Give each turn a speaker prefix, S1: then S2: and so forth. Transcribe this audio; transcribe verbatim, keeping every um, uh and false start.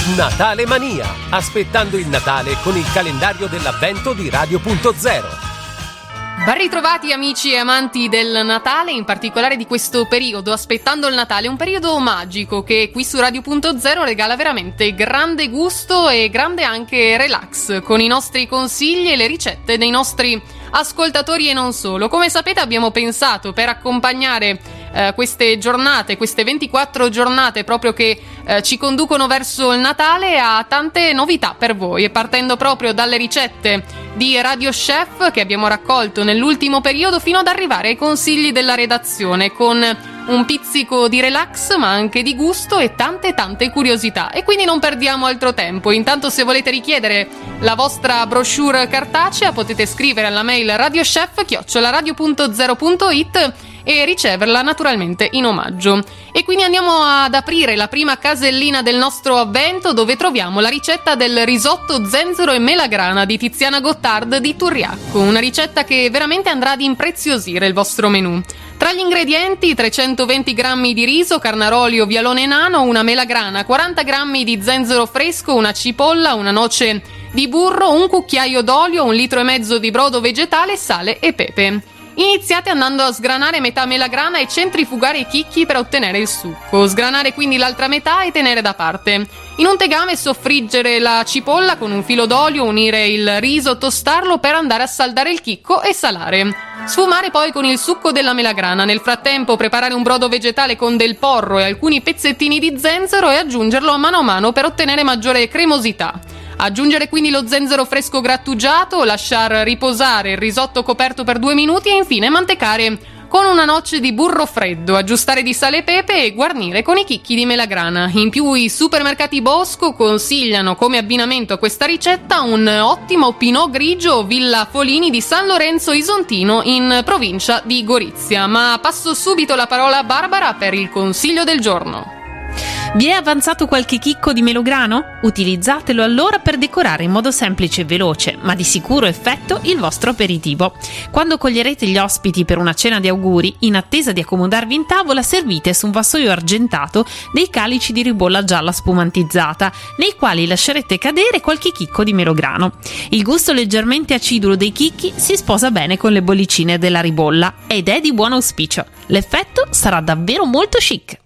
S1: Natale Mania, aspettando il Natale con il calendario dell'avvento di Radio Punto Zero.
S2: Ben ritrovati amici e amanti del Natale, in particolare di questo periodo, aspettando il Natale, un periodo magico che qui su Radio Punto Zero regala veramente grande gusto e grande anche relax, con i nostri consigli e le ricette dei nostri ascoltatori e non solo. Come sapete abbiamo pensato, per accompagnare eh, queste giornate, queste ventiquattro giornate proprio che eh, ci conducono verso il Natale, a tante novità per voi, e partendo proprio dalle ricette di Radio Chef che abbiamo raccolto nell'ultimo periodo fino ad arrivare ai consigli della redazione, con un pizzico di relax ma anche di gusto e tante tante curiosità. E quindi non perdiamo altro tempo. Intanto, se volete richiedere la vostra brochure cartacea, potete scrivere alla mail radiochef chiocciola radio punto zero punto it e riceverla naturalmente in omaggio. E quindi andiamo ad aprire la prima casellina del nostro avvento, dove troviamo la ricetta del risotto zenzero e melagrana di Tiziana Gottard di Turriacco, una ricetta che veramente andrà ad impreziosire il vostro menù. Tra gli ingredienti: trecentoventi grammi di riso, carnarolio vialone nano, una melagrana, quaranta grammi di zenzero fresco, una cipolla, una noce di burro, un cucchiaio d'olio, un litro e mezzo di brodo vegetale, sale e pepe. Iniziate andando a sgranare metà melagrana e centrifugare i chicchi per ottenere il succo. Sgranare quindi l'altra metà e tenere da parte. In un tegame soffriggere la cipolla con un filo d'olio, unire il riso, tostarlo per andare a saldare il chicco e salare. Sfumare poi con il succo della melagrana. Nel frattempo preparare un brodo vegetale con del porro e alcuni pezzettini di zenzero e aggiungerlo a mano a mano per ottenere maggiore cremosità. Aggiungere quindi lo zenzero fresco grattugiato, lasciar riposare il risotto coperto per due minuti e infine mantecare con una noce di burro freddo, aggiustare di sale e pepe e guarnire con i chicchi di melagrana. In più i supermercati Bosco consigliano come abbinamento a questa ricetta un ottimo Pinot Grigio Villa Folini di San Lorenzo Isontino in provincia di Gorizia. Ma passo subito la parola a Barbara per il consiglio del giorno.
S3: Vi è avanzato qualche chicco di melograno? Utilizzatelo allora per decorare in modo semplice e veloce, ma di sicuro effetto, il vostro aperitivo. Quando coglierete gli ospiti per una cena di auguri, in attesa di accomodarvi in tavola, servite su un vassoio argentato dei calici di ribolla gialla spumantizzata, nei quali lascerete cadere qualche chicco di melograno. Il gusto leggermente acidulo dei chicchi si sposa bene con le bollicine della ribolla ed è di buon auspicio. L'effetto sarà davvero molto chic.